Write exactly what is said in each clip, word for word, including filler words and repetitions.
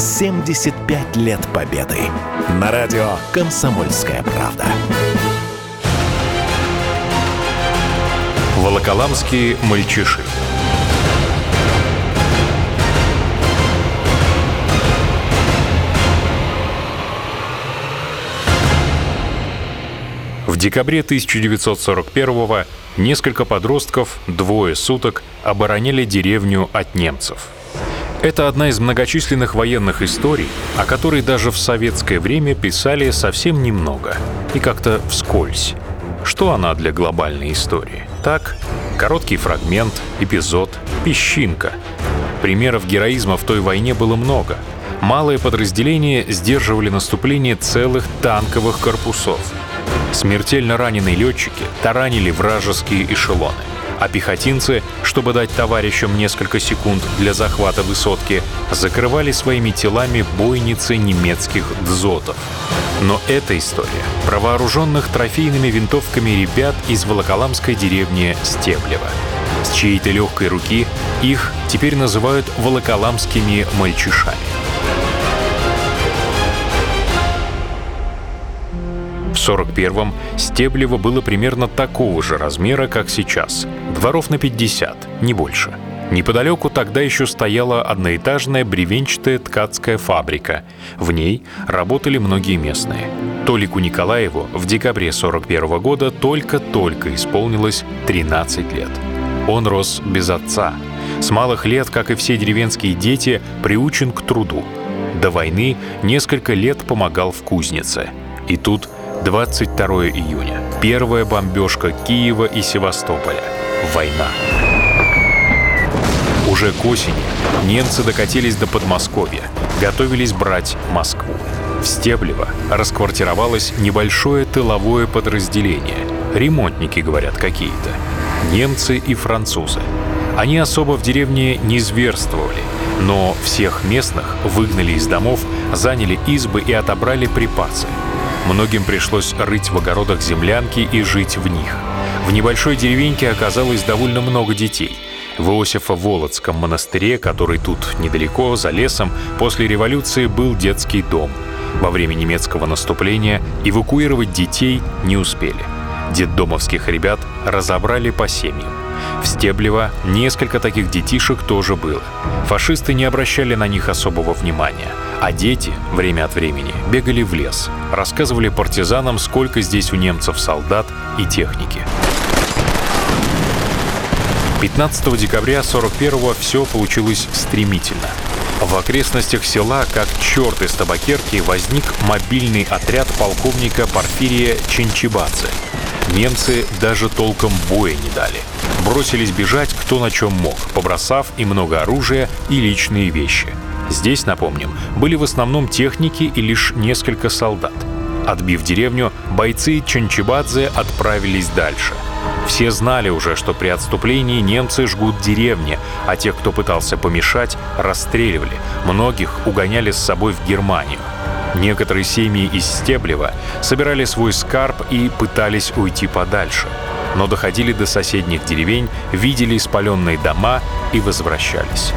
семьдесят пять лет Победы. На радио «Комсомольская правда». Волоколамские мальчиши. В декабре тысяча девятьсот сорок первого несколько подростков двое суток обороняли деревню от немцев. Это одна из многочисленных военных историй, о которой даже в советское время писали совсем немного и как-то вскользь. Что она для глобальной истории? Так, короткий фрагмент, эпизод, песчинка. Примеров героизма в той войне было много. Малые подразделения сдерживали наступление целых танковых корпусов. Смертельно раненые летчики таранили вражеские эшелоны, а пехотинцы, чтобы дать товарищам несколько секунд для захвата высотки, закрывали своими телами бойницы немецких дзотов. Но эта история про вооруженных трофейными винтовками ребят из волоколамской деревни Стеблево. С чьей-то легкой руки их теперь называют волоколамскими мальчишами. В сорок первом Стеблево было примерно такого же размера, как сейчас. Дворов на пятьдесят, не больше. Неподалеку тогда еще стояла одноэтажная бревенчатая ткацкая фабрика. В ней работали многие местные. Толику Николаеву в декабре сорок первого года только-только исполнилось тринадцать лет. Он рос без отца. С малых лет, как и все деревенские дети, приучен к труду. До войны несколько лет помогал в кузнице. И тут двадцать второго июня. Первая бомбежка Киева и Севастополя. Война. Уже к осени немцы докатились до Подмосковья, готовились брать Москву. В Стеблево расквартировалось небольшое тыловое подразделение. Ремонтники, говорят, какие-то. Немцы и французы. Они особо в деревне не зверствовали, но всех местных выгнали из домов, заняли избы и отобрали припасы. Многим пришлось рыть в огородах землянки и жить в них. В небольшой деревеньке оказалось довольно много детей. В Иосифо-Володском монастыре, который тут недалеко, за лесом, после революции был детский дом. Во время немецкого наступления эвакуировать детей не успели. Детдомовских ребят разобрали по семьям. В Стеблево несколько таких детишек тоже было. Фашисты не обращали на них особого внимания. А дети время от времени бегали в лес, рассказывали партизанам, сколько здесь у немцев солдат и техники. пятнадцатого декабря сорок первого все получилось стремительно. В окрестностях села, как черт из табакерки, возник мобильный отряд полковника Порфирия Чинчибадзе. Немцы даже толком боя не дали. Бросились бежать кто на чем мог, побросав и много оружия, и личные вещи. Здесь, напомним, были в основном техники и лишь несколько солдат. Отбив деревню, бойцы Чинчибадзе отправились дальше. Все знали уже, что при отступлении немцы жгут деревни, а тех, кто пытался помешать, расстреливали. Многих угоняли с собой в Германию. Некоторые семьи из Стеблева собирали свой скарб и пытались уйти подальше. Но доходили до соседних деревень, видели спаленные дома и возвращались.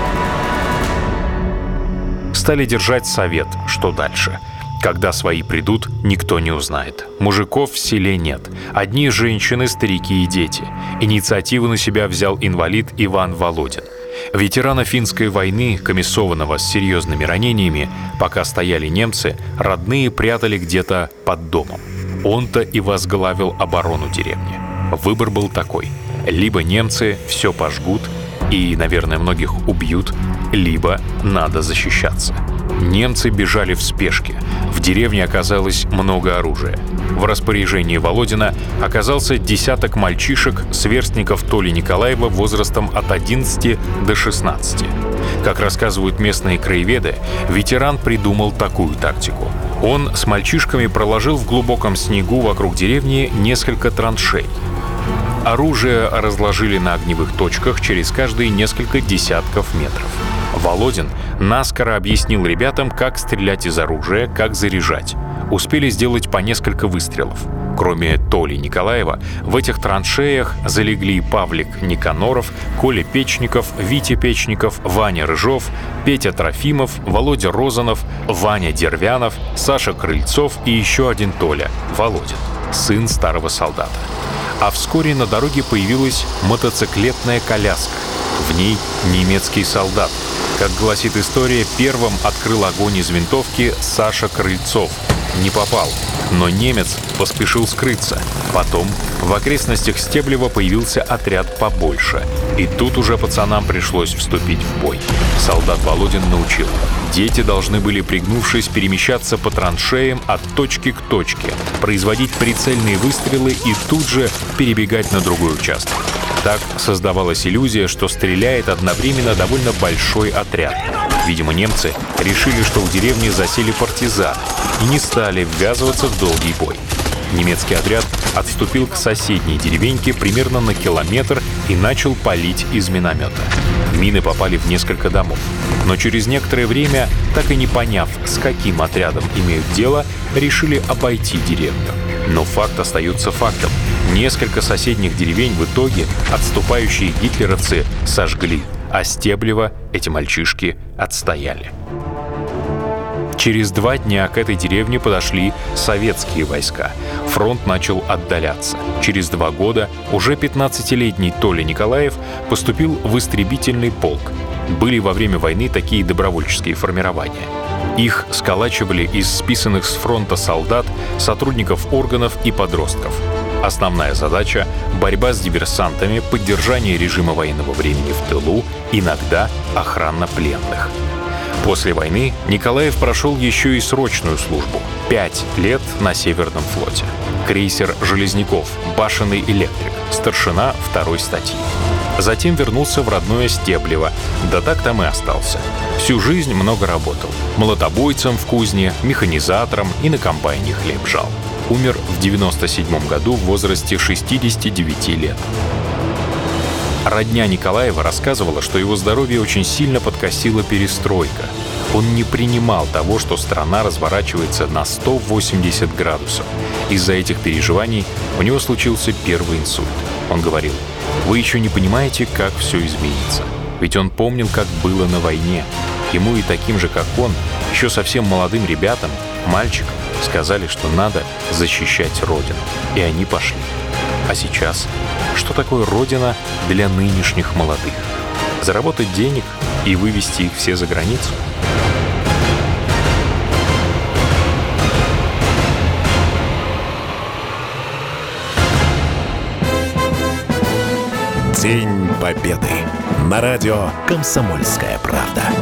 Стали держать совет, что дальше. Когда свои придут, никто не узнает. Мужиков в селе нет. Одни женщины, старики и дети. Инициативу на себя взял инвалид Иван Володин. Ветерана финской войны, комиссованного с серьезными ранениями, пока стояли немцы, родные прятали где-то под домом. Он-то и возглавил оборону деревни. Выбор был такой. Либо немцы все пожгут и, наверное, многих убьют, либо надо защищаться. Немцы бежали в спешке. В деревне оказалось много оружия. В распоряжении Володина оказался десяток мальчишек, сверстников Толи Николаева возрастом от одиннадцати до шестнадцати. Как рассказывают местные краеведы, ветеран придумал такую тактику. Он с мальчишками проложил в глубоком снегу вокруг деревни несколько траншей. Оружие разложили на огневых точках через каждые несколько десятков метров. Володин наскоро объяснил ребятам, как стрелять из оружия, как заряжать. Успели сделать по несколько выстрелов. Кроме Толи Николаева, в этих траншеях залегли Павлик Никаноров, Коля Печников, Витя Печников, Ваня Рыжов, Петя Трофимов, Володя Розанов, Ваня Дервянов, Саша Крыльцов и еще один Толя, Володин, сын старого солдата. А вскоре на дороге появилась мотоциклетная коляска. В ней немецкий солдат. Как гласит история, первым открыл огонь из винтовки Саша Крыльцов. Не попал, но немец поспешил скрыться. Потом в окрестностях Стеблева появился отряд побольше. И тут уже пацанам пришлось вступить в бой. Солдат Володин научил. Дети должны были, пригнувшись, перемещаться по траншеям от точки к точке, производить прицельные выстрелы и тут же перебегать на другой участок. Так создавалась иллюзия, что стреляет одновременно довольно большой отряд. Видимо, немцы решили, что в деревне засели партизаны, и не стали ввязываться в долгий бой. Немецкий отряд отступил к соседней деревеньке примерно на километр и начал палить из миномета. Мины попали в несколько домов. Но через некоторое время, так и не поняв, с каким отрядом имеют дело, решили обойти деревню. Но факт остается фактом. Несколько соседних деревень в итоге отступающие гитлеровцы сожгли, а Стеблева эти мальчишки отстояли. Через два дня к этой деревне подошли советские войска. Фронт начал отдаляться. Через два года уже пятнадцатилетний Толя Николаев поступил в истребительный полк. Были во время войны такие добровольческие формирования. Их сколачивали из списанных с фронта солдат, сотрудников органов и подростков. Основная задача — борьба с диверсантами, поддержание режима военного времени в тылу, иногда охрана пленных. После войны Николаев прошел еще и срочную службу — пять лет на Северном флоте. Крейсер «Железняков», башенный электрик, старшина второй статьи. Затем вернулся в родное Стеблево, да так там и остался. Всю жизнь много работал. Молотобойцем в кузне, механизатором и на комбайне хлеб жал. Умер в девяносто седьмом году в возрасте шестидесяти девяти лет. Родня Николаева рассказывала, что его здоровье очень сильно подкосила перестройка. Он не принимал того, что страна разворачивается на сто восемьдесят градусов. Из-за этих переживаний у него случился первый инсульт. Он говорил: «Вы еще не понимаете, как все изменится». Ведь он помнил, как было на войне. Ему и таким же, как он, еще совсем молодым ребятам, мальчикам, сказали, что надо защищать Родину. И они пошли. А сейчас? Что такое Родина для нынешних молодых? Заработать денег и вывести их все за границу? День Победы. На радио «Комсомольская правда».